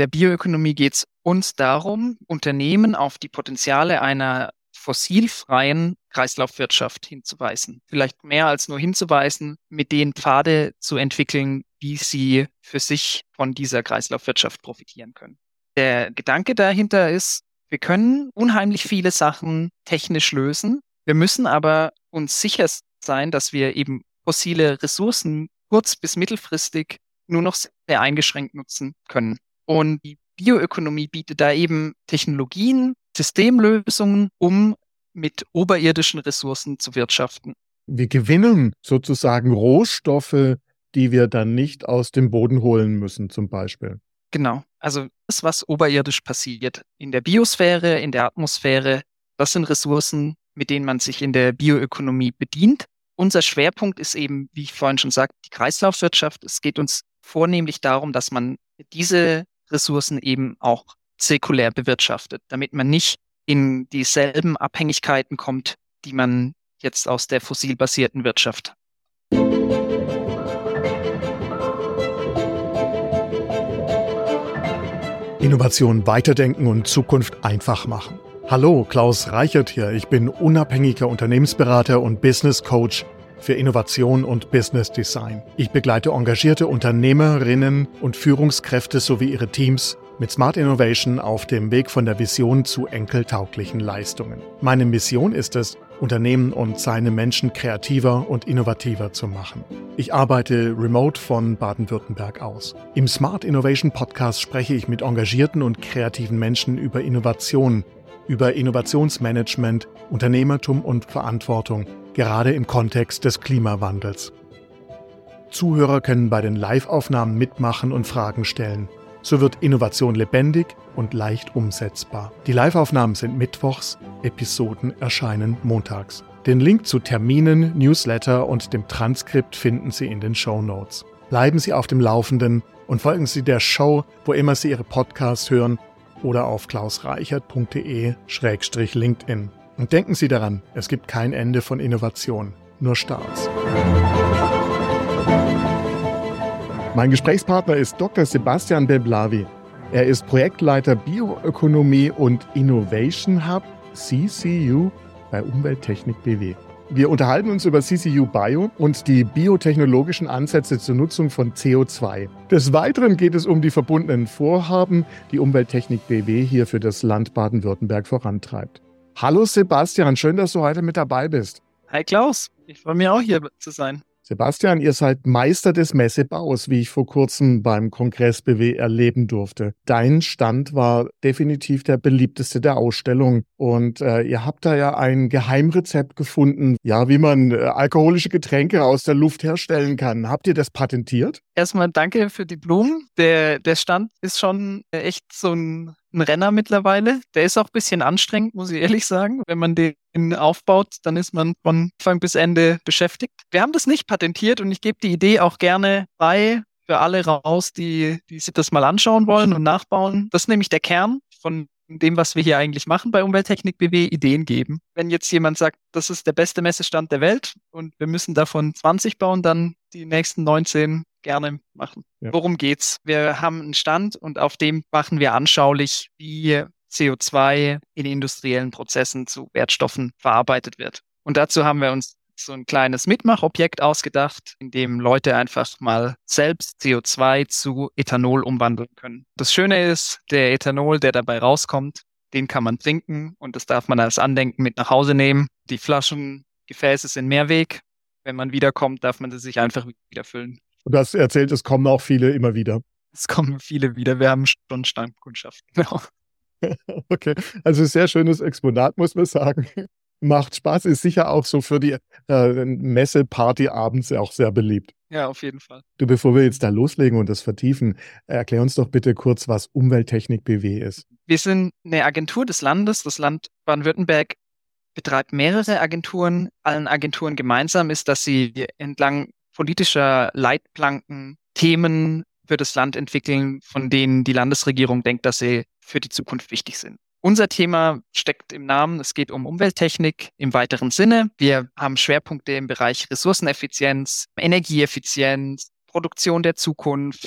der Bioökonomie geht es uns darum, Unternehmen auf die Potenziale einer fossilfreien Kreislaufwirtschaft hinzuweisen. Vielleicht mehr als nur hinzuweisen, mit denen Pfade zu entwickeln, wie sie für sich von dieser Kreislaufwirtschaft profitieren können. Der Gedanke dahinter ist, wir können unheimlich viele Sachen technisch lösen. Wir müssen aber uns sicher sein, dass wir eben fossile Ressourcen kurz- bis mittelfristig nur noch sehr eingeschränkt nutzen können. Und die Bioökonomie bietet da eben Technologien, Systemlösungen, um mit oberirdischen Ressourcen zu wirtschaften. Wir gewinnen sozusagen Rohstoffe, die wir dann nicht aus dem Boden holen müssen, zum Beispiel. Genau. Also das, was oberirdisch passiert, in der Biosphäre, in der Atmosphäre, das sind Ressourcen, mit denen man sich in der Bioökonomie bedient. Unser Schwerpunkt ist eben, wie ich vorhin schon sagte, die Kreislaufwirtschaft. Es geht uns vornehmlich darum, dass man diese Ressourcen eben auch zirkulär bewirtschaftet, damit man nicht in dieselben Abhängigkeiten kommt, die man jetzt aus der fossilbasierten Wirtschaft. Innovation weiterdenken und Zukunft einfach machen. Hallo, Klaus Reichert hier. Ich bin unabhängiger Unternehmensberater und Business Coach für Innovation und Business Design. Ich begleite engagierte Unternehmerinnen und Führungskräfte sowie ihre Teams mit Smart Innovation auf dem Weg von der Vision zu enkeltauglichen Leistungen. Meine Mission ist es, Unternehmen und seine Menschen kreativer und innovativer zu machen. Ich arbeite remote von Baden-Württemberg aus. Im Smart Innovation Podcast spreche ich mit engagierten und kreativen Menschen über Innovation, über Innovationsmanagement, Unternehmertum und Verantwortung, gerade im Kontext des Klimawandels. Zuhörer können bei den Live-Aufnahmen mitmachen und Fragen stellen. So wird Innovation lebendig und leicht umsetzbar. Die Live-Aufnahmen sind mittwochs, Episoden erscheinen montags. Den Link zu Terminen, Newsletter und dem Transkript finden Sie in den Shownotes. Bleiben Sie auf dem Laufenden und folgen Sie der Show, wo immer Sie Ihre Podcasts hören oder auf klausreichert.de/LinkedIn. Und denken Sie daran, es gibt kein Ende von Innovation, nur Starts. Mein Gesprächspartner ist Dr. Sebastian Belblavi. Er ist Projektleiter Bioökonomie und Innovation Hub CCU bei Umwelttechnik BW. Wir unterhalten uns über CCU Bio und die biotechnologischen Ansätze zur Nutzung von CO2. Des Weiteren geht es um die verbundenen Vorhaben, die Umwelttechnik BW hier für das Land Baden-Württemberg vorantreibt. Hallo Sebastian, schön, dass du heute mit dabei bist. Hi Klaus, ich freue mich auch hier zu sein. Sebastian, ihr seid Meister des Messebaus, wie ich vor kurzem beim Kongress BW erleben durfte. Dein Stand war definitiv der beliebteste der Ausstellung und ihr habt da ja ein Geheimrezept gefunden, ja, wie man alkoholische Getränke aus der Luft herstellen kann. Habt ihr das patentiert? Erstmal danke für die Blumen. Der Stand ist schon echt so ein Renner mittlerweile. Der ist auch ein bisschen anstrengend, muss ich ehrlich sagen. Wenn man den aufbaut, dann ist man von Anfang bis Ende beschäftigt. Wir haben das nicht patentiert und ich gebe die Idee auch gerne bei für alle raus, die sich das mal anschauen wollen und nachbauen. Das ist nämlich der Kern von dem, was wir hier eigentlich machen bei Umwelttechnik BW, Ideen geben. Wenn jetzt jemand sagt, das ist der beste Messestand der Welt und wir müssen davon 20 bauen, dann die nächsten 19 gerne machen. Ja. Worum geht's? Wir haben einen Stand und auf dem machen wir anschaulich, wie CO2 in industriellen Prozessen zu Wertstoffen verarbeitet wird. Und dazu haben wir uns so ein kleines Mitmachobjekt ausgedacht, in dem Leute einfach mal selbst CO2 zu Ethanol umwandeln können. Das Schöne ist, der Ethanol, der dabei rauskommt, den kann man trinken und das darf man als Andenken mit nach Hause nehmen. Die Flaschen, Gefäße sind Mehrweg. Wenn man wiederkommt, darf man sie sich einfach wieder füllen. Und du hast erzählt, es kommen auch viele immer wieder. Es kommen viele wieder. Wir haben schon Stammkundschaft. Genau. Okay, also sehr schönes Exponat, muss man sagen. Macht Spaß, ist sicher auch so für die Messeparty abends auch sehr beliebt. Ja, auf jeden Fall. Du, bevor wir jetzt da loslegen und das vertiefen, erklär uns doch bitte kurz, was Umwelttechnik BW ist. Wir sind eine Agentur des Landes. Das Land Baden-Württemberg betreibt mehrere Agenturen. Allen Agenturen gemeinsam ist, dass sie entlang politischer Leitplanken Themen für das Land entwickeln, von denen die Landesregierung denkt, dass sie für die Zukunft wichtig sind. Unser Thema steckt im Namen, es geht um Umwelttechnik im weiteren Sinne. Wir haben Schwerpunkte im Bereich Ressourceneffizienz, Energieeffizienz, Produktion der Zukunft,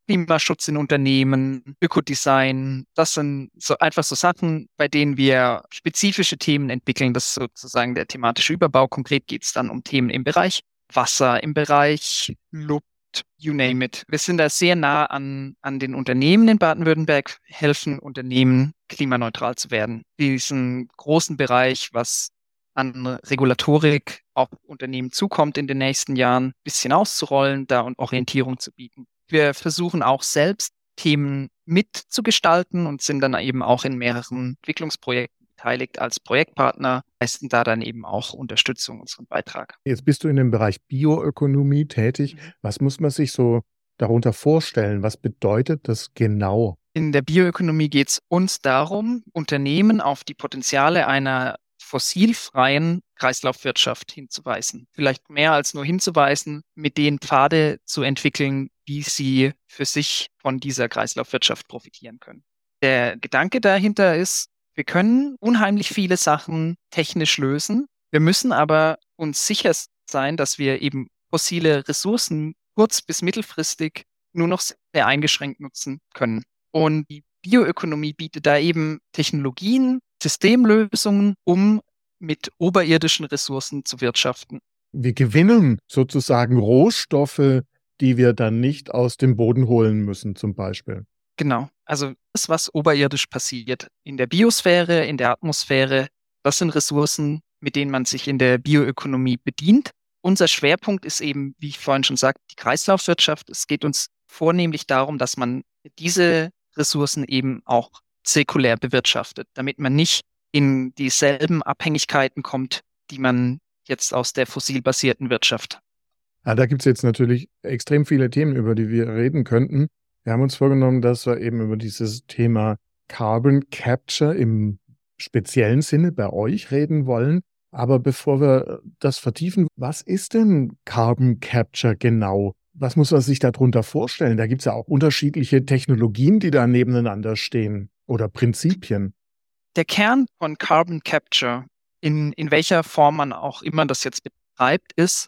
Klimaschutz in Unternehmen, Ökodesign. Das sind einfach so Sachen, bei denen wir spezifische Themen entwickeln. Das ist sozusagen der thematische Überbau. Konkret geht es dann um Themen im Bereich Wasser, im Bereich Luft, you name it. Wir sind da sehr nah an den Unternehmen in Baden-Württemberg, helfen Unternehmen, klimaneutral zu werden. Diesen großen Bereich, was an Regulatorik auf Unternehmen zukommt in den nächsten Jahren, ein bisschen auszurollen, da und Orientierung zu bieten. Wir versuchen auch selbst Themen mitzugestalten und sind dann eben auch in mehreren Entwicklungsprojekten beteiligt als Projektpartner, leisten da dann eben auch Unterstützung, unseren Beitrag. Jetzt bist du in dem Bereich Bioökonomie tätig. Was muss man sich so darunter vorstellen? Was bedeutet das genau? In der Bioökonomie geht es uns darum, Unternehmen auf die Potenziale einer fossilfreien Kreislaufwirtschaft hinzuweisen. Vielleicht mehr als nur hinzuweisen, mit denen Pfade zu entwickeln, wie sie für sich von dieser Kreislaufwirtschaft profitieren können. Der Gedanke dahinter ist, wir können unheimlich viele Sachen technisch lösen. Wir müssen aber uns sicher sein, dass wir eben fossile Ressourcen kurz- bis mittelfristig nur noch sehr eingeschränkt nutzen können. Und die Bioökonomie bietet da eben Technologien, Systemlösungen, um mit oberirdischen Ressourcen zu wirtschaften. Wir gewinnen sozusagen Rohstoffe, die wir dann nicht aus dem Boden holen müssen, zum Beispiel. Genau. Also das, was oberirdisch passiert, in der Biosphäre, in der Atmosphäre, das sind Ressourcen, mit denen man sich in der Bioökonomie bedient. Unser Schwerpunkt ist eben, wie ich vorhin schon sagte, die Kreislaufwirtschaft. Es geht uns vornehmlich darum, dass man diese Ressourcen eben auch zirkulär bewirtschaftet, damit man nicht in dieselben Abhängigkeiten kommt, die man jetzt aus der fossilbasierten Wirtschaft. Ja, da gibt es jetzt natürlich extrem viele Themen, über die wir reden könnten. Wir haben uns vorgenommen, dass wir eben über dieses Thema Carbon Capture im speziellen Sinne bei euch reden wollen. Aber bevor wir das vertiefen, was ist denn Carbon Capture genau? Was muss man sich darunter vorstellen? Da gibt es ja auch unterschiedliche Technologien, die da nebeneinander stehen oder Prinzipien. Der Kern von Carbon Capture, in welcher Form man auch immer das jetzt betreibt, ist,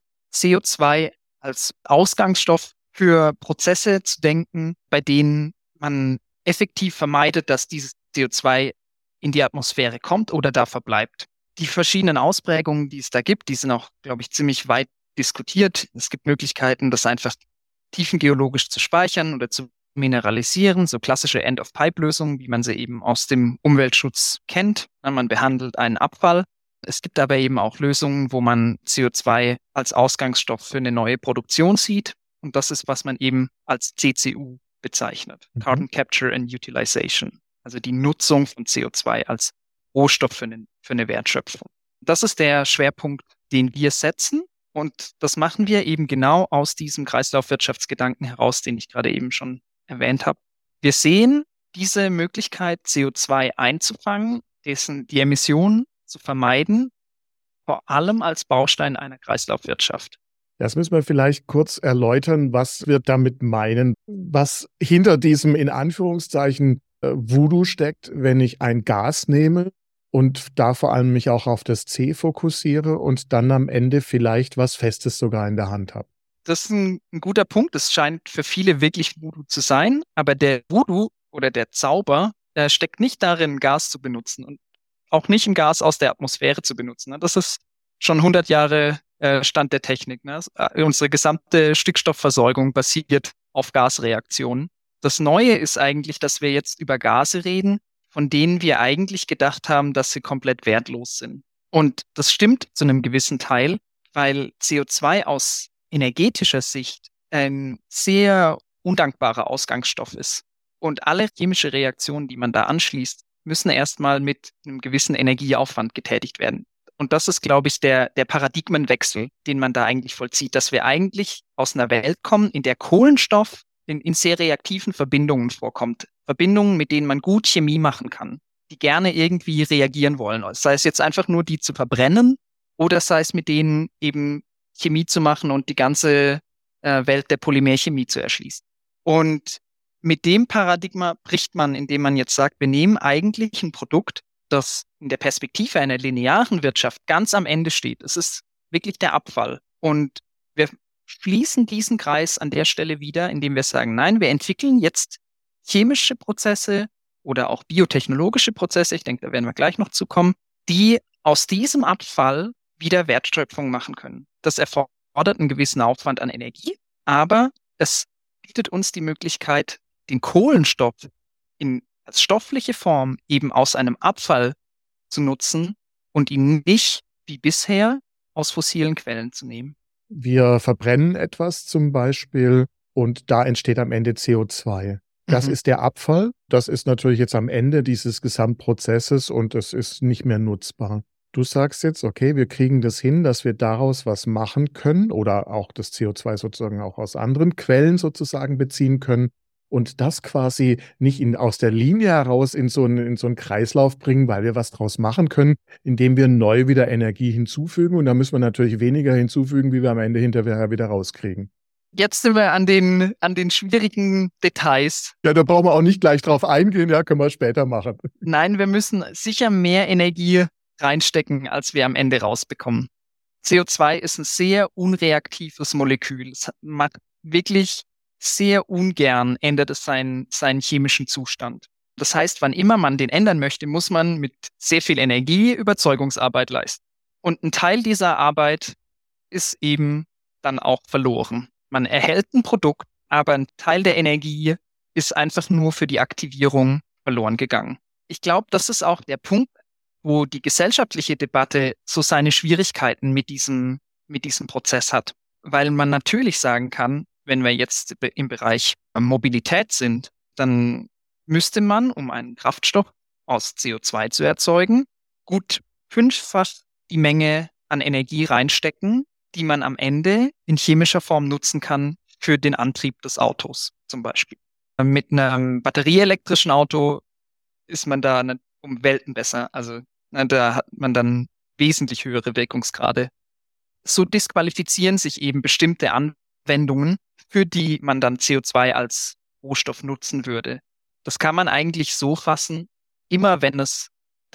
CO2 als Ausgangsstoff für Prozesse zu denken, bei denen man effektiv vermeidet, dass dieses CO2 in die Atmosphäre kommt oder da verbleibt. Die verschiedenen Ausprägungen, die es da gibt, die sind auch, glaube ich, ziemlich weit diskutiert. Es gibt Möglichkeiten, das einfach tiefengeologisch zu speichern oder zu mineralisieren, so klassische End-of-Pipe-Lösungen, wie man sie eben aus dem Umweltschutz kennt. Man behandelt einen Abfall. Es gibt aber eben auch Lösungen, wo man CO2 als Ausgangsstoff für eine neue Produktion sieht. Und das ist, was man eben als CCU bezeichnet. Carbon Capture and Utilization. Also die Nutzung von CO2 als Rohstoff für eine Wertschöpfung. Das ist der Schwerpunkt, den wir setzen. Und das machen wir eben genau aus diesem Kreislaufwirtschaftsgedanken heraus, den ich gerade eben schon erwähnt habe. Wir sehen diese Möglichkeit, CO2 einzufangen, die Emissionen zu vermeiden, vor allem als Baustein einer Kreislaufwirtschaft. Das müssen wir vielleicht kurz erläutern, was wir damit meinen, was hinter diesem in Anführungszeichen Voodoo steckt, wenn ich ein Gas nehme und da vor allem mich auch auf das C fokussiere und dann am Ende vielleicht was Festes sogar in der Hand habe. Das ist ein guter Punkt. Das scheint für viele wirklich Voodoo zu sein, aber der Voodoo oder der Zauber steckt nicht darin, Gas zu benutzen und auch nicht ein Gas aus der Atmosphäre zu benutzen. Das ist schon 100 Jahre Stand der Technik. Unsere gesamte Stickstoffversorgung basiert auf Gasreaktionen. Das Neue ist eigentlich, dass wir jetzt über Gase reden, von denen wir eigentlich gedacht haben, dass sie komplett wertlos sind. Und das stimmt zu einem gewissen Teil, weil CO2 aus energetischer Sicht ein sehr undankbarer Ausgangsstoff ist. Und alle chemische Reaktionen, die man da anschließt, müssen erstmal mit einem gewissen Energieaufwand getätigt werden. Und das ist, glaube ich, der Paradigmenwechsel, den man da eigentlich vollzieht, dass wir eigentlich aus einer Welt kommen, in der Kohlenstoff in sehr reaktiven Verbindungen vorkommt. Verbindungen, mit denen man gut Chemie machen kann, die gerne irgendwie reagieren wollen. Sei es jetzt einfach nur die zu verbrennen oder sei es mit denen eben Chemie zu machen und die ganze Welt der Polymerchemie zu erschließen. Und mit dem Paradigma bricht man, indem man jetzt sagt, wir nehmen eigentlich ein Produkt, das in der Perspektive einer linearen Wirtschaft ganz am Ende steht. Es ist wirklich der Abfall. Und wir schließen diesen Kreis an der Stelle wieder, indem wir sagen, nein, wir entwickeln jetzt chemische Prozesse oder auch biotechnologische Prozesse, ich denke, da werden wir gleich noch zu kommen, die aus diesem Abfall wieder Wertschöpfung machen können. Das erfordert einen gewissen Aufwand an Energie, aber es bietet uns die Möglichkeit, den Kohlenstoff als stoffliche Form eben aus einem Abfall zu nutzen und ihn nicht wie bisher aus fossilen Quellen zu nehmen. Wir verbrennen etwas zum Beispiel und da entsteht am Ende CO2. Das ist der Abfall. Das ist natürlich jetzt am Ende dieses Gesamtprozesses und es ist nicht mehr nutzbar. Du sagst jetzt, okay, wir kriegen das hin, dass wir daraus was machen können oder auch das CO2 sozusagen auch aus anderen Quellen sozusagen beziehen können und das quasi nicht aus der Linie heraus in so einen Kreislauf bringen, weil wir was draus machen können, indem wir neu wieder Energie hinzufügen. Und da müssen wir natürlich weniger hinzufügen, wie wir am Ende hinterher wieder rauskriegen. Jetzt sind wir an den schwierigen Details. Ja, da brauchen wir auch nicht gleich drauf eingehen, ja, können wir später machen. Nein, wir müssen sicher mehr Energie reinstecken, als wir am Ende rausbekommen. CO2 ist ein sehr unreaktives Molekül. Es macht wirklich sehr ungern, ändert es seinen chemischen Zustand. Das heißt, wann immer man den ändern möchte, muss man mit sehr viel Energie Überzeugungsarbeit leisten. Und ein Teil dieser Arbeit ist eben dann auch verloren. Man erhält ein Produkt, aber ein Teil der Energie ist einfach nur für die Aktivierung verloren gegangen. Ich glaube, das ist auch der Punkt, wo die gesellschaftliche Debatte so seine Schwierigkeiten mit diesem Prozess hat. Weil man natürlich sagen kann, wenn wir jetzt im Bereich Mobilität sind, dann müsste man, um einen Kraftstoff aus CO2 zu erzeugen, gut 5-fach die Menge an Energie reinstecken, die man am Ende in chemischer Form nutzen kann für den Antrieb des Autos zum Beispiel. Mit einem batterieelektrischen Auto ist man da um Welten besser. Also da hat man dann wesentlich höhere Wirkungsgrade. So disqualifizieren sich eben bestimmte Anwendungen, für die man dann CO2 als Rohstoff nutzen würde. Das kann man eigentlich so fassen, immer wenn es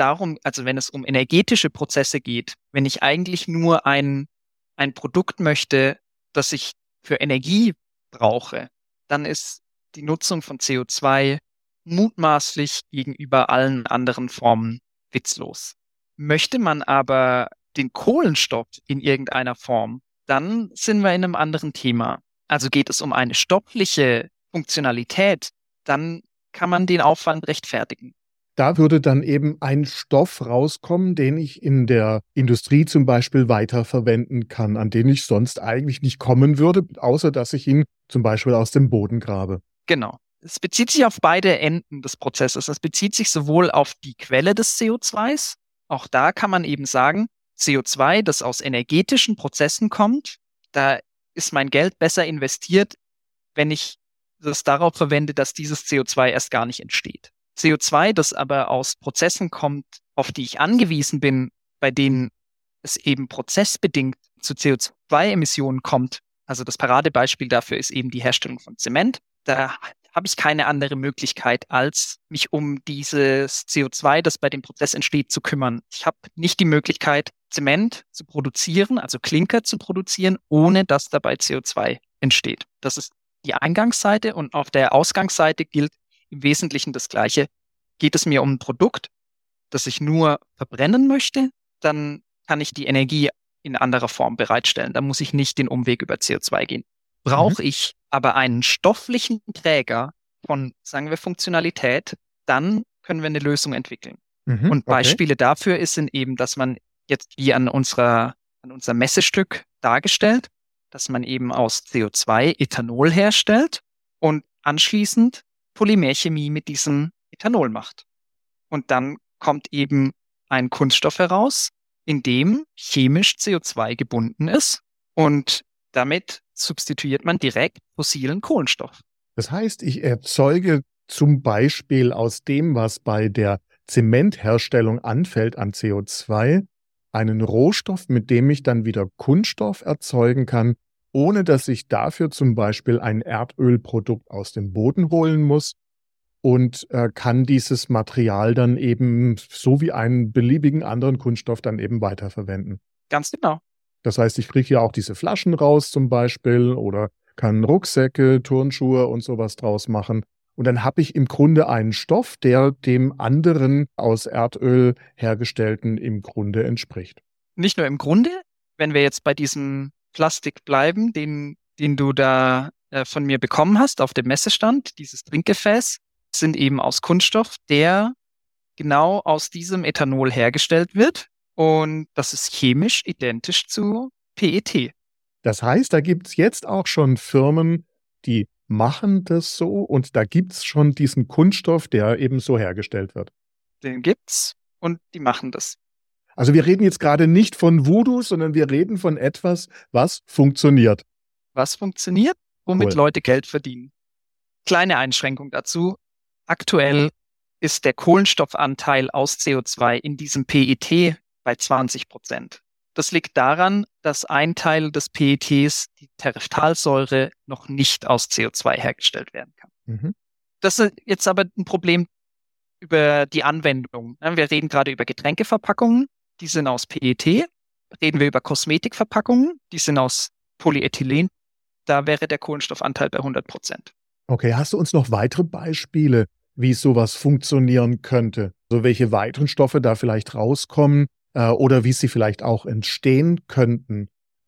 wenn es um energetische Prozesse geht, wenn ich eigentlich nur ein Produkt möchte, das ich für Energie brauche, dann ist die Nutzung von CO2 mutmaßlich gegenüber allen anderen Formen witzlos. Möchte man aber den Kohlenstoff in irgendeiner Form, dann sind wir in einem anderen Thema. Also geht es um eine stoffliche Funktionalität, dann kann man den Aufwand rechtfertigen. Da würde dann eben ein Stoff rauskommen, den ich in der Industrie zum Beispiel weiterverwenden kann, an den ich sonst eigentlich nicht kommen würde, außer dass ich ihn zum Beispiel aus dem Boden grabe. Genau. Es bezieht sich auf beide Enden des Prozesses. Es bezieht sich sowohl auf die Quelle des CO2s, auch da kann man eben sagen, CO2, das aus energetischen Prozessen kommt, da ist mein Geld besser investiert, wenn ich das darauf verwende, dass dieses CO2 erst gar nicht entsteht. CO2, das aber aus Prozessen kommt, auf die ich angewiesen bin, bei denen es eben prozessbedingt zu CO2-Emissionen kommt. Also das Paradebeispiel dafür ist eben die Herstellung von Zement. Da habe ich keine andere Möglichkeit, als mich um dieses CO2, das bei dem Prozess entsteht, zu kümmern. Ich habe nicht die Möglichkeit, Zement zu produzieren, also Klinker zu produzieren, ohne dass dabei CO2 entsteht. Das ist die Eingangsseite und auf der Ausgangsseite gilt im Wesentlichen das Gleiche. Geht es mir um ein Produkt, das ich nur verbrennen möchte, dann kann ich die Energie in anderer Form bereitstellen. Da muss ich nicht den Umweg über CO2 gehen. Brauche ich aber einen stofflichen Träger von, sagen wir, Funktionalität, dann können wir eine Lösung entwickeln. Und Beispiele dafür sind eben, dass man jetzt wie an unserem Messestück dargestellt, dass man eben aus CO2 Ethanol herstellt und anschließend Polymerchemie mit diesem Ethanol macht. Und dann kommt eben ein Kunststoff heraus, in dem chemisch CO2 gebunden ist und damit substituiert man direkt fossilen Kohlenstoff. Das heißt, ich erzeuge zum Beispiel aus dem, was bei der Zementherstellung anfällt an CO2, einen Rohstoff, mit dem ich dann wieder Kunststoff erzeugen kann, ohne dass ich dafür zum Beispiel ein Erdölprodukt aus dem Boden holen muss und kann dieses Material dann eben so wie einen beliebigen anderen Kunststoff dann eben weiterverwenden. Ganz genau. Das heißt, ich kriege ja auch diese Flaschen raus zum Beispiel oder kann Rucksäcke, Turnschuhe und sowas draus machen. Und dann habe ich im Grunde einen Stoff, der dem anderen aus Erdöl hergestellten im Grunde entspricht. Nicht nur im Grunde, wenn wir jetzt bei diesem Plastik bleiben, den du da von mir bekommen hast auf dem Messestand, dieses Trinkgefäß, sind eben aus Kunststoff, der genau aus diesem Ethanol hergestellt wird. Und das ist chemisch identisch zu PET. Das heißt, da gibt's jetzt auch schon Firmen, die machen das so und da gibt's schon diesen Kunststoff, der eben so hergestellt wird. Den gibt's und die machen das. Also wir reden jetzt gerade nicht von Voodoo, sondern wir reden von etwas, was funktioniert. Was funktioniert, womit Cool. Leute Geld verdienen. Kleine Einschränkung dazu. Aktuell ist der Kohlenstoffanteil aus CO2 in diesem PET bei 20%. Das liegt daran, dass ein Teil des PETs, die Tereftalsäure, noch nicht aus CO2 hergestellt werden kann. Mhm. Das ist jetzt aber ein Problem über die Anwendung. Wir reden gerade über Getränkeverpackungen, die sind aus PET. Reden wir über Kosmetikverpackungen, die sind aus Polyethylen. Da wäre der Kohlenstoffanteil bei 100%. Okay, hast du uns noch weitere Beispiele, wie sowas funktionieren könnte? So welche weiteren Stoffe da vielleicht rauskommen oder wie sie vielleicht auch entstehen könnten,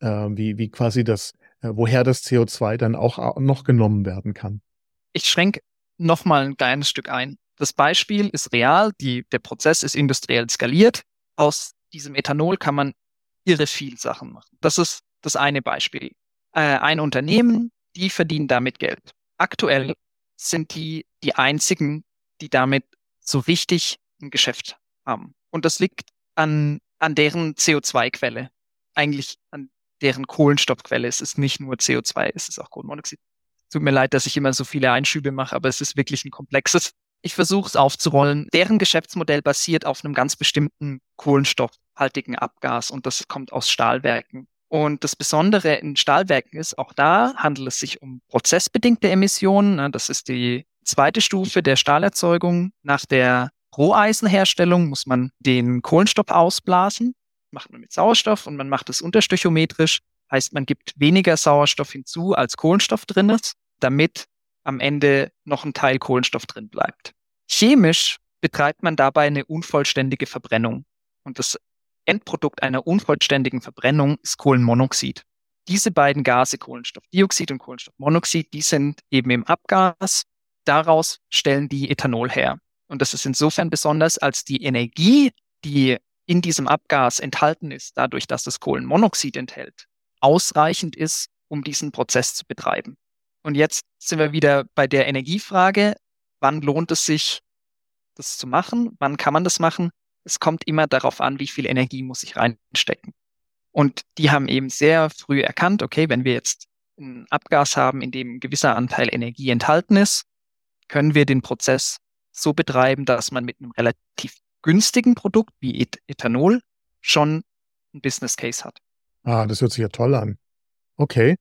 wie quasi woher das CO2 dann auch noch genommen werden kann. Ich schränke nochmal ein kleines Stück ein. Das Beispiel ist real, der Prozess ist industriell skaliert. Aus diesem Ethanol kann man irre viel Sachen machen. Das ist das eine Beispiel. Ein Unternehmen, die verdienen damit Geld. Aktuell sind die einzigen, die damit so richtig ein Geschäft haben. Und das liegt an deren CO2-Quelle. Eigentlich an deren Kohlenstoffquelle. Es ist nicht nur CO2, es ist auch Kohlenmonoxid. Tut mir leid, dass ich immer so viele Einschübe mache, aber es ist wirklich ein komplexes. Ich versuche es aufzurollen. Deren Geschäftsmodell basiert auf einem ganz bestimmten kohlenstoffhaltigen Abgas und das kommt aus Stahlwerken. Und das Besondere in Stahlwerken ist, auch da handelt es sich um prozessbedingte Emissionen. Das ist die zweite Stufe der Stahlerzeugung. Nach der Roheisenherstellung muss man den Kohlenstoff ausblasen. Macht man mit Sauerstoff und man macht es unterstöchiometrisch. Heißt, man gibt weniger Sauerstoff hinzu, als Kohlenstoff drin ist, damit am Ende noch ein Teil Kohlenstoff drin bleibt. Chemisch betreibt man dabei eine unvollständige Verbrennung. Und das Endprodukt einer unvollständigen Verbrennung ist Kohlenmonoxid. Diese beiden Gase, Kohlenstoffdioxid und Kohlenstoffmonoxid, die sind eben im Abgas. Daraus stellen die Ethanol her. Und das ist insofern besonders, als die Energie, die in diesem Abgas enthalten ist, dadurch, dass es Kohlenmonoxid enthält, ausreichend ist, um diesen Prozess zu betreiben. Und jetzt sind wir wieder bei der Energiefrage. Wann lohnt es sich, das zu machen? Wann kann man das machen? Es kommt immer darauf an, wie viel Energie muss ich reinstecken. Und die haben eben sehr früh erkannt, okay, wenn wir jetzt ein Abgas haben, in dem ein gewisser Anteil Energie enthalten ist, können wir den Prozess so betreiben, dass man mit einem relativ günstigen Produkt wie Ethanol schon ein Business Case hat. Ah, das hört sich ja toll an. Okay.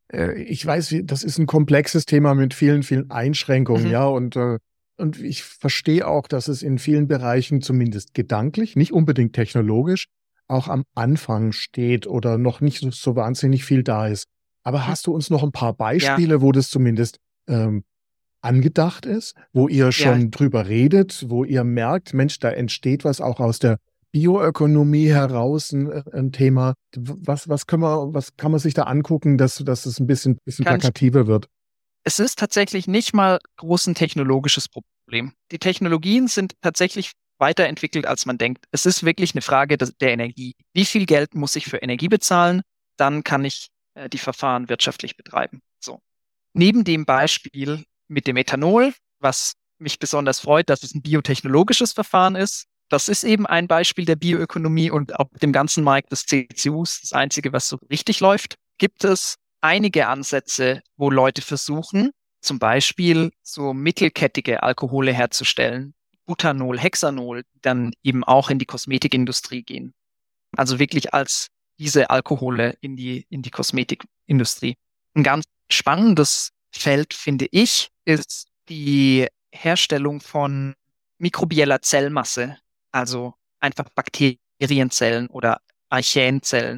Ich weiß, das ist ein komplexes Thema mit vielen, vielen Einschränkungen, ja, und ich verstehe auch, dass es in vielen Bereichen zumindest gedanklich, nicht unbedingt technologisch, auch am Anfang steht oder noch nicht so wahnsinnig viel da ist. Aber hast du uns noch ein paar Beispiele, wo das zumindest angedacht ist, wo ihr schon drüber redet, wo ihr merkt, Mensch, da entsteht was auch aus der Bioökonomie heraus ein Thema. Was kann man sich da angucken, dass es ein bisschen plakativer wird? Es ist tatsächlich nicht mal groß ein technologisches Problem. Die Technologien sind tatsächlich weiterentwickelt, als man denkt. Es ist wirklich eine Frage der Energie. Wie viel Geld muss ich für Energie bezahlen? Dann kann ich die Verfahren wirtschaftlich betreiben. So. Neben dem Beispiel mit dem Ethanol, was mich besonders freut, dass es ein biotechnologisches Verfahren ist, das ist eben ein Beispiel der Bioökonomie und auf dem ganzen Markt des CCUs, das einzige, was so richtig läuft, gibt es einige Ansätze, wo Leute versuchen, zum Beispiel so mittelkettige Alkohole herzustellen, Butanol, Hexanol, die dann eben auch in die Kosmetikindustrie gehen. Also wirklich als diese Alkohole in die Kosmetikindustrie. Ein ganz spannendes Feld, finde ich, ist die Herstellung von mikrobieller Zellmasse. Also einfach Bakterienzellen oder Archäenzellen.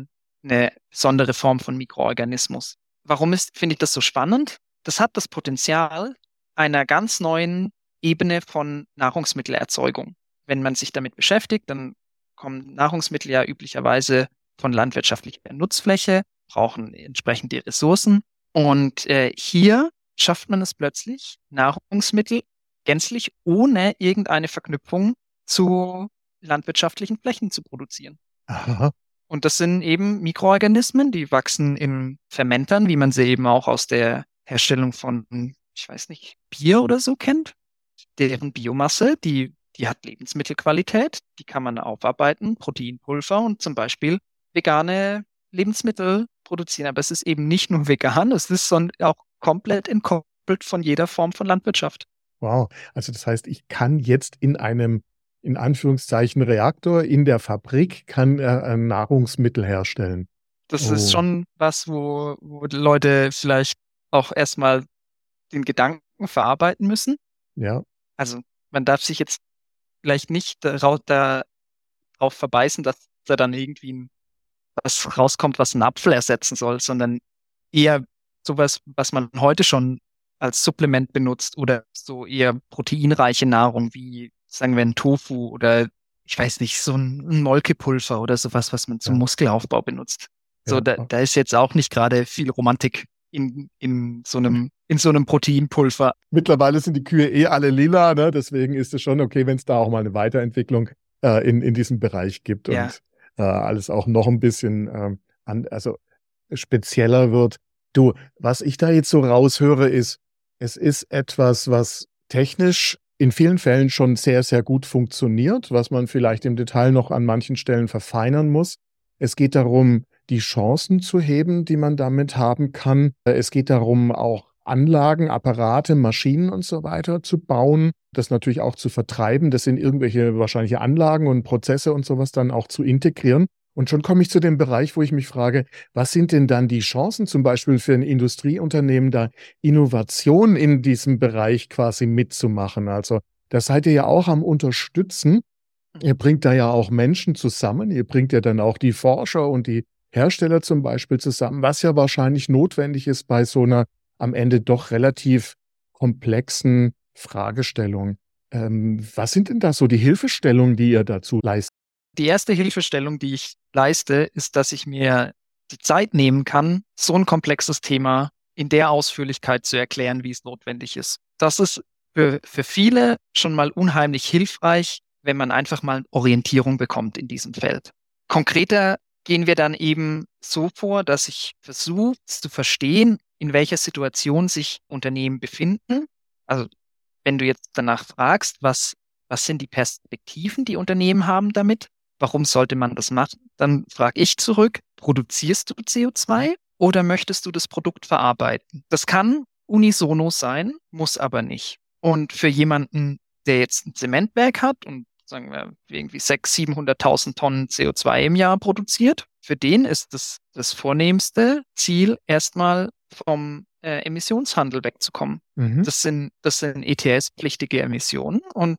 eine besondere Form von Mikroorganismus. Warum finde ich das so spannend? Das hat das Potenzial einer ganz neuen Ebene von Nahrungsmittelerzeugung. Wenn man sich damit beschäftigt, dann kommen Nahrungsmittel ja üblicherweise von landwirtschaftlicher Nutzfläche, brauchen entsprechend die Ressourcen. Und hier schafft man es plötzlich, Nahrungsmittel gänzlich ohne irgendeine Verknüpfung zu landwirtschaftlichen Flächen zu produzieren. Aha. Und das sind eben Mikroorganismen, die wachsen in Fermentern, wie man sie eben auch aus der Herstellung von, ich weiß nicht, Bier oder so kennt. Deren Biomasse, die hat Lebensmittelqualität, die kann man aufarbeiten, Proteinpulver und zum Beispiel vegane Lebensmittel produzieren. Aber es ist eben nicht nur vegan, es ist auch komplett entkoppelt von jeder Form von Landwirtschaft. Wow. Also das heißt, ich kann jetzt in einem, in Anführungszeichen, Reaktor in der Fabrik kann ein Nahrungsmittel herstellen. Das ist Oh, schon was, wo die Leute vielleicht auch erstmal den Gedanken verarbeiten müssen. ja, Also man darf sich jetzt vielleicht nicht darauf verbeißen, dass da dann irgendwie was rauskommt, was einen Apfel ersetzen soll, sondern eher sowas, was man heute schon als Supplement benutzt oder so eher proteinreiche Nahrung wie, sagen wir, ein Tofu oder ich weiß nicht, so ein Molkepulver oder sowas, was man zum ja, Muskelaufbau benutzt. So, ja. da ist jetzt auch nicht gerade viel Romantik in so einem Proteinpulver. Mittlerweile sind die Kühe alle lila, ne? Deswegen ist es schon okay, wenn es da auch mal eine Weiterentwicklung in diesem Bereich gibt Ja, und alles auch noch ein bisschen also spezieller wird. Du, was ich da jetzt so raushöre, ist, es ist etwas, was technisch in vielen Fällen schon sehr, sehr gut funktioniert, was man vielleicht im Detail noch an manchen Stellen verfeinern muss. Es geht darum, die Chancen zu heben, die man damit haben kann. Es geht darum, auch Anlagen, Apparate, Maschinen und so weiter zu bauen, das natürlich auch zu vertreiben, das in irgendwelche wahrscheinliche Anlagen und Prozesse und sowas dann auch zu integrieren. Und schon komme ich zu dem Bereich, wo ich mich frage, was sind denn dann die Chancen zum Beispiel für ein Industrieunternehmen, da Innovation in diesem Bereich quasi mitzumachen? Also, das seid ihr ja auch am Unterstützen. Ihr bringt da ja auch Menschen zusammen. Ihr bringt ja dann auch die Forscher und die Hersteller zum Beispiel zusammen, was ja wahrscheinlich notwendig ist bei so einer am Ende doch relativ komplexen Fragestellung. Was sind denn da so die Hilfestellungen, die ihr dazu leistet? die erste Hilfestellung, die ich leiste, ist, dass ich mir die Zeit nehmen kann, so ein komplexes Thema in der Ausführlichkeit zu erklären, wie es notwendig ist. Das ist für viele schon mal unheimlich hilfreich, wenn man einfach mal Orientierung bekommt in diesem Feld. Konkreter gehen wir dann eben so vor, dass ich versuche zu verstehen, in welcher Situation sich Unternehmen befinden. Also wenn du jetzt danach fragst, was sind die Perspektiven, die Unternehmen haben damit? Warum sollte man das machen? Dann frage ich zurück, produzierst du CO2 oder möchtest du das Produkt verarbeiten? Das kann unisono sein, muss aber nicht. Und für jemanden, der jetzt ein Zementwerk hat und sagen wir irgendwie 600.000, 700.000 Tonnen CO2 im Jahr produziert, für den ist das vornehmste Ziel erstmal vom Emissionshandel wegzukommen. Mhm. Das sind ETS-pflichtige Emissionen und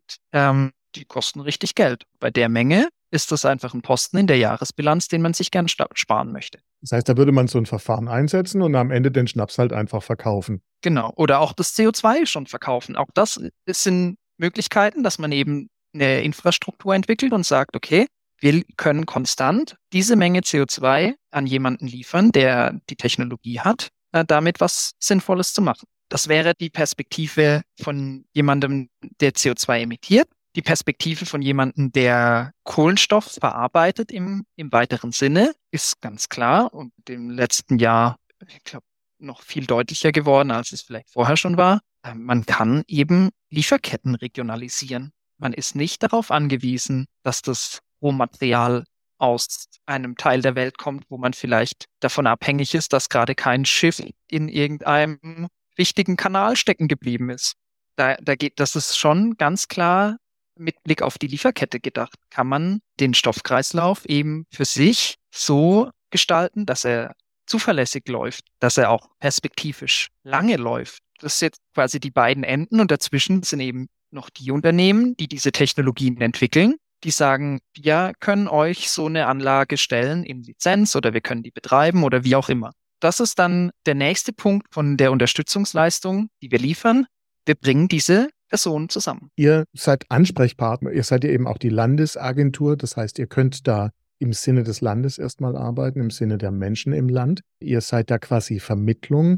die kosten richtig Geld. Bei der Menge ist das einfach ein Posten in der Jahresbilanz, den man sich gern sparen möchte. Das heißt, da würde man so ein Verfahren einsetzen und am Ende den Schnaps halt einfach verkaufen. Genau. Oder auch das CO2 schon verkaufen. Auch das sind Möglichkeiten, dass man eben eine Infrastruktur entwickelt und sagt, okay, wir können konstant diese Menge CO2 an jemanden liefern, der die Technologie hat, damit was Sinnvolles zu machen. Das wäre die Perspektive von jemandem, der CO2 emittiert. Die Perspektive von jemandem, der Kohlenstoff verarbeitet im weiteren Sinne, ist ganz klar und im letzten Jahr, ich glaube, noch viel deutlicher geworden, als es vielleicht vorher schon war. Man kann eben Lieferketten regionalisieren. Man ist nicht darauf angewiesen, dass das Rohmaterial aus einem Teil der Welt kommt, wo man vielleicht davon abhängig ist, dass gerade kein Schiff in irgendeinem wichtigen Kanal stecken geblieben ist. Das ist schon ganz klar mit Blick auf die Lieferkette gedacht. Kann man den Stoffkreislauf eben für sich so gestalten, dass er zuverlässig läuft, dass er auch perspektivisch lange läuft. Das sind jetzt quasi die beiden Enden und dazwischen sind eben noch die Unternehmen, die diese Technologien entwickeln die sagen, wir können euch so eine Anlage stellen in Lizenz oder wir können die betreiben oder wie auch immer. Das ist dann der nächste Punkt von der Unterstützungsleistung, die wir liefern. Wir bringen diese Personen zusammen. Ihr seid Ansprechpartner, ihr seid ja eben auch die Landesagentur, das heißt, ihr könnt da im Sinne des Landes erstmal arbeiten, im Sinne der Menschen im Land. Ihr seid da quasi Vermittlung,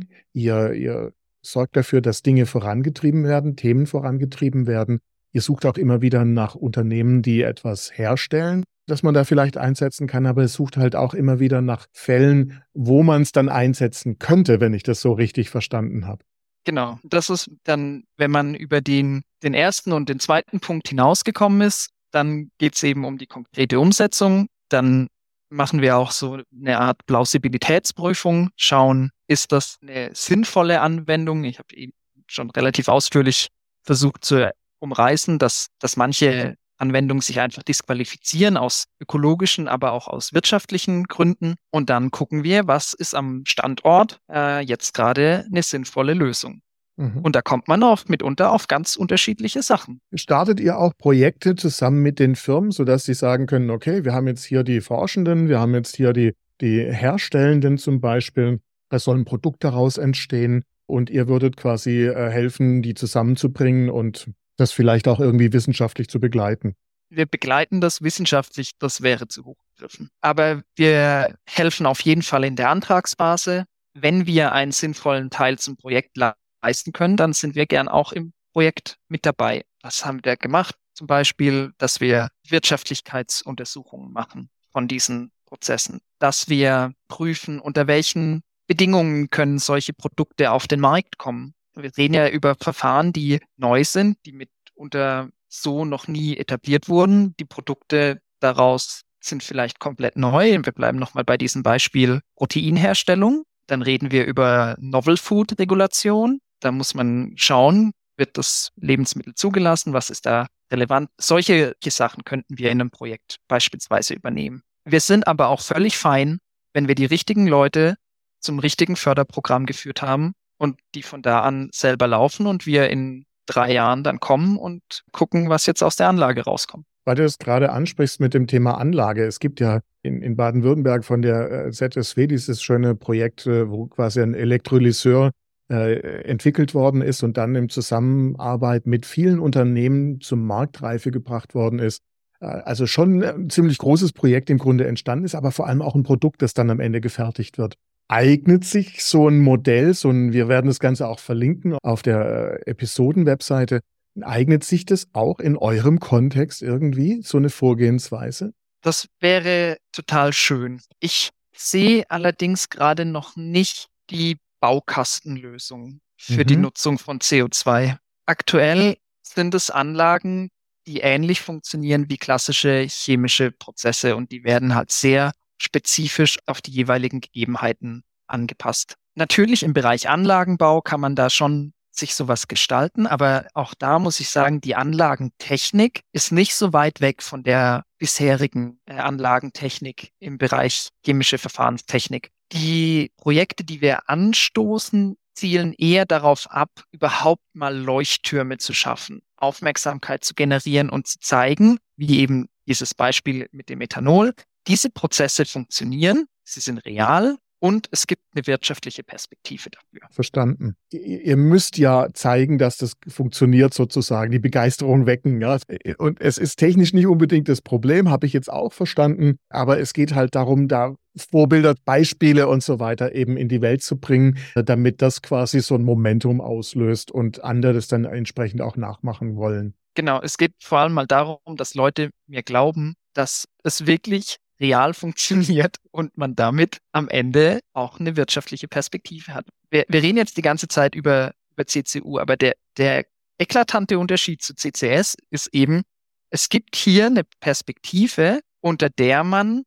ihr sorgt dafür, dass Dinge vorangetrieben werden, Themen vorangetrieben werden. Ihr sucht auch immer wieder nach Unternehmen, die etwas herstellen, das man da vielleicht einsetzen kann, aber es sucht halt auch immer wieder nach Fällen, wo man es dann einsetzen könnte, wenn ich das so richtig verstanden habe. Genau, das ist dann, wenn man über den ersten und den zweiten Punkt hinausgekommen ist, dann geht es eben um die konkrete Umsetzung. Dann machen wir auch so eine Art Plausibilitätsprüfung, schauen, ist das eine sinnvolle Anwendung? Ich habe eben schon relativ ausführlich versucht zu umreißen, dass manche Anwendungen sich einfach disqualifizieren aus ökologischen, aber auch aus wirtschaftlichen Gründen. Und dann gucken wir, was ist am Standort jetzt gerade eine sinnvolle Lösung. Mhm. Und da kommt man mitunter auf ganz unterschiedliche Sachen. Startet ihr auch Projekte zusammen mit den Firmen, sodass sie sagen können, okay, wir haben jetzt hier die Forschenden, wir haben jetzt hier die Herstellenden zum Beispiel, es soll ein Produkt daraus entstehen und ihr würdet quasi helfen, die zusammenzubringen und das vielleicht auch irgendwie wissenschaftlich zu begleiten? Wir begleiten das wissenschaftlich, das wäre zu hoch gegriffen. Aber wir helfen auf jeden Fall in der Antragsphase. Wenn wir einen sinnvollen Teil zum Projekt leisten können, dann sind wir gern auch im Projekt mit dabei. Was haben wir gemacht? Zum Beispiel, dass wir Wirtschaftlichkeitsuntersuchungen machen von diesen Prozessen, dass wir prüfen, unter welchen Bedingungen können solche Produkte auf den Markt kommen. Wir reden ja über Verfahren, die neu sind, die mitunter so noch nie etabliert wurden. Die Produkte daraus sind vielleicht komplett neu. Wir bleiben nochmal bei diesem Beispiel Proteinherstellung. Dann reden wir über Novel Food Regulation. Da muss man schauen, wird das Lebensmittel zugelassen? Was ist da relevant? Solche Sachen könnten wir in einem Projekt beispielsweise übernehmen. Wir sind aber auch völlig fein, wenn wir die richtigen Leute zum richtigen Förderprogramm geführt haben und die von da an selber laufen und wir in 3 Jahren dann kommen und gucken, was jetzt aus der Anlage rauskommt. Weil du das gerade ansprichst mit dem Thema Anlage. Es gibt ja in Baden-Württemberg von der ZSW dieses schöne Projekt, wo quasi ein Elektrolyseur entwickelt worden ist und dann in Zusammenarbeit mit vielen Unternehmen zur Marktreife gebracht worden ist. Also schon ein ziemlich großes Projekt im Grunde entstanden ist, aber vor allem auch ein Produkt, das dann am Ende gefertigt wird. Eignet sich so ein Modell, wir werden das Ganze auch verlinken auf der Episoden-Webseite, eignet sich das auch in eurem Kontext irgendwie, so eine Vorgehensweise? Das wäre total schön. Ich sehe allerdings gerade noch nicht die Baukastenlösung für die Nutzung von CO2. Aktuell sind es Anlagen, die ähnlich funktionieren wie klassische chemische Prozesse und die werden halt sehr spezifisch auf die jeweiligen Gegebenheiten angepasst. Natürlich im Bereich Anlagenbau kann man da schon sich sowas gestalten, aber auch da muss ich sagen, die Anlagentechnik ist nicht so weit weg von der bisherigen Anlagentechnik im Bereich chemische Verfahrenstechnik. Die Projekte, die wir anstoßen, zielen eher darauf ab, überhaupt mal Leuchttürme zu schaffen, Aufmerksamkeit zu generieren und zu zeigen, wie eben dieses Beispiel mit dem Ethanol. Diese Prozesse funktionieren, sie sind real und es gibt eine wirtschaftliche Perspektive dafür. Verstanden. Ihr müsst ja zeigen, dass das funktioniert sozusagen, die Begeisterung wecken. Ja? Und es ist technisch nicht unbedingt das Problem, habe ich jetzt auch verstanden. Aber es geht halt darum, da Vorbilder, Beispiele und so weiter eben in die Welt zu bringen, damit das quasi so ein Momentum auslöst und andere das dann entsprechend auch nachmachen wollen. Genau, es geht vor allem mal darum, dass Leute mir glauben, dass es wirklich real funktioniert und man damit am Ende auch eine wirtschaftliche Perspektive hat. Wir reden jetzt die ganze Zeit über CCU, aber der eklatante Unterschied zu CCS ist eben, es gibt hier eine Perspektive, unter der man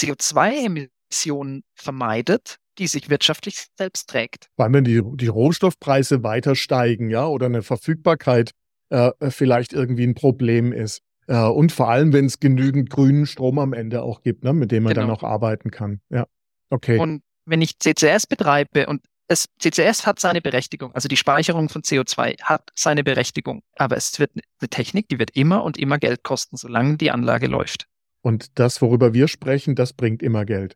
CO2-Emissionen vermeidet, die sich wirtschaftlich selbst trägt. Weil wenn die Rohstoffpreise weiter steigen, ja, oder eine Verfügbarkeit vielleicht irgendwie ein Problem ist. Und vor allem, wenn es genügend grünen Strom am Ende auch gibt, ne, mit dem man dann auch arbeiten kann. Ja, okay. Und wenn ich CCS betreibe und CCS hat seine Berechtigung, also die Speicherung von CO2 hat seine Berechtigung, aber es wird eine Technik, die wird immer und immer Geld kosten, solange die Anlage läuft. Und das, worüber wir sprechen, das bringt immer Geld.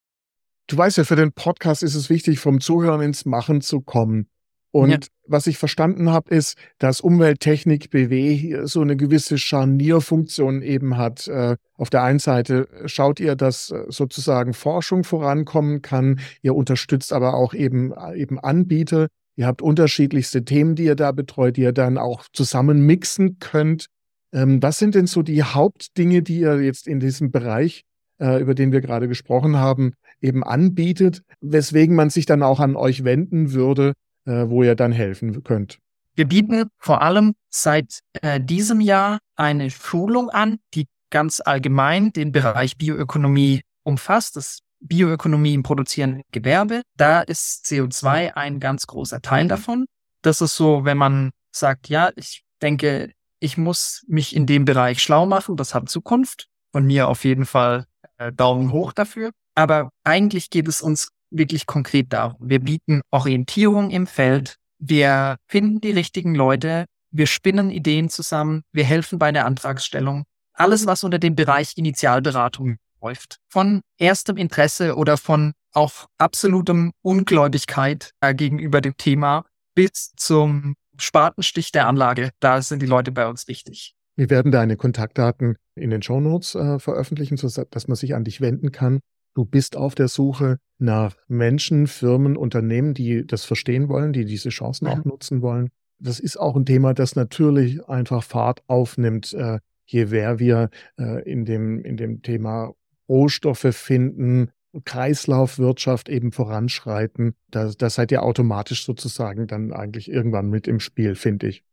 Du weißt ja, für den Podcast ist es wichtig, vom Zuhören ins Machen zu kommen. Und was ich verstanden habe, ist, dass Umwelttechnik BW hier so eine gewisse Scharnierfunktion eben hat. Auf der einen Seite schaut ihr, dass sozusagen Forschung vorankommen kann. Ihr unterstützt aber auch eben Anbieter. Ihr habt unterschiedlichste Themen, die ihr da betreut, die ihr dann auch zusammen mixen könnt. Was sind denn so die Hauptdinge, die ihr jetzt in diesem Bereich, über den wir gerade gesprochen haben, eben anbietet, weswegen man sich dann auch an euch wenden würde, wo ihr dann helfen könnt? Wir bieten vor allem seit diesem Jahr eine Schulung an, die ganz allgemein den Bereich Bioökonomie umfasst. Das Bioökonomie im produzierenden Gewerbe. Da ist CO2 ein ganz großer Teil davon. Das ist so, wenn man sagt, ja, ich denke, ich muss mich in dem Bereich schlau machen, das hat Zukunft. Von mir auf jeden Fall Daumen hoch dafür. Aber eigentlich geht es uns wirklich konkret darum. Wir bieten Orientierung im Feld. Wir finden die richtigen Leute. Wir spinnen Ideen zusammen. Wir helfen bei der Antragsstellung. Alles, was unter dem Bereich Initialberatung läuft. Von erstem Interesse oder von auch absolutem Ungläubigkeit gegenüber dem Thema bis zum Spatenstich der Anlage. Da sind die Leute bei uns wichtig. Wir werden deine Kontaktdaten in den Shownotes veröffentlichen, sodass man sich an dich wenden kann. Du bist auf der Suche nach Menschen, Firmen, Unternehmen, die das verstehen wollen, die diese Chancen auch nutzen wollen. Das ist auch ein Thema, das natürlich einfach Fahrt aufnimmt, je mehr wir in dem Thema Rohstoffe finden, Kreislaufwirtschaft eben voranschreiten. Da seid ihr automatisch sozusagen dann eigentlich irgendwann mit im Spiel, finde ich.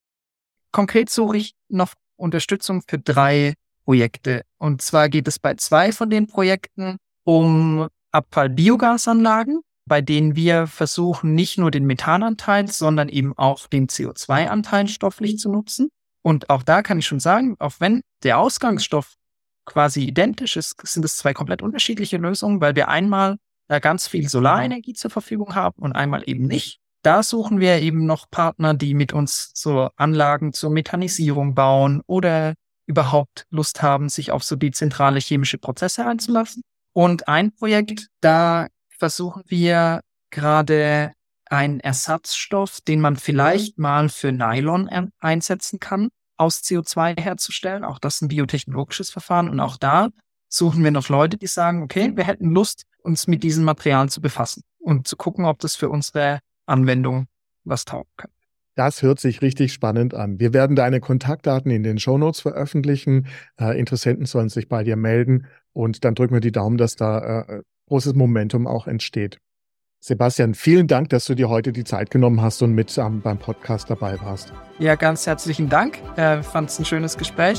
Konkret suche ich noch Unterstützung für 3 Projekte. Und zwar geht es bei 2 von den Projekten um Abfall-Biogasanlagen, bei denen wir versuchen, nicht nur den Methananteil, sondern eben auch den CO2-Anteil stofflich zu nutzen. Und auch da kann ich schon sagen, auch wenn der Ausgangsstoff quasi identisch ist, sind es 2 komplett unterschiedliche Lösungen, weil wir einmal da ganz viel Solarenergie zur Verfügung haben und einmal eben nicht. Da suchen wir eben noch Partner, die mit uns so Anlagen zur Methanisierung bauen oder überhaupt Lust haben, sich auf so dezentrale chemische Prozesse einzulassen. Und ein Projekt, da versuchen wir gerade einen Ersatzstoff, den man vielleicht mal für Nylon einsetzen kann, aus CO2 herzustellen. Auch das ist ein biotechnologisches Verfahren. Und auch da suchen wir noch Leute, die sagen, okay, wir hätten Lust, uns mit diesen Materialien zu befassen und zu gucken, ob das für unsere Anwendung was taugen kann. Das hört sich richtig spannend an. Wir werden deine Kontaktdaten in den Shownotes veröffentlichen. Interessenten sollen sich bei dir melden und dann drücken wir die Daumen, dass da großes Momentum auch entsteht. Sebastian, vielen Dank, dass du dir heute die Zeit genommen hast und mit beim Podcast dabei warst. Ja, ganz herzlichen Dank. Fand es ein schönes Gespräch.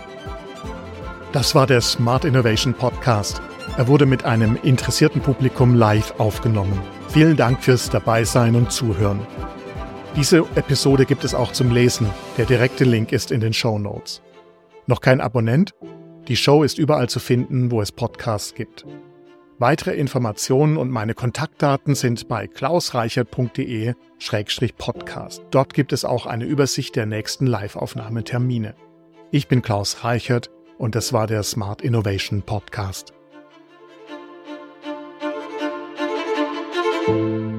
Das war der Smart Innovation Podcast. Er wurde mit einem interessierten Publikum live aufgenommen. Vielen Dank fürs Dabeisein und Zuhören. Diese Episode gibt es auch zum Lesen. Der direkte Link ist in den Shownotes. Noch kein Abonnent? Die Show ist überall zu finden, wo es Podcasts gibt. Weitere Informationen und meine Kontaktdaten sind bei klausreichert.de/podcast. Dort gibt es auch eine Übersicht der nächsten Live-Aufnahmetermine. Ich bin Klaus Reichert und das war der Smart Innovation Podcast.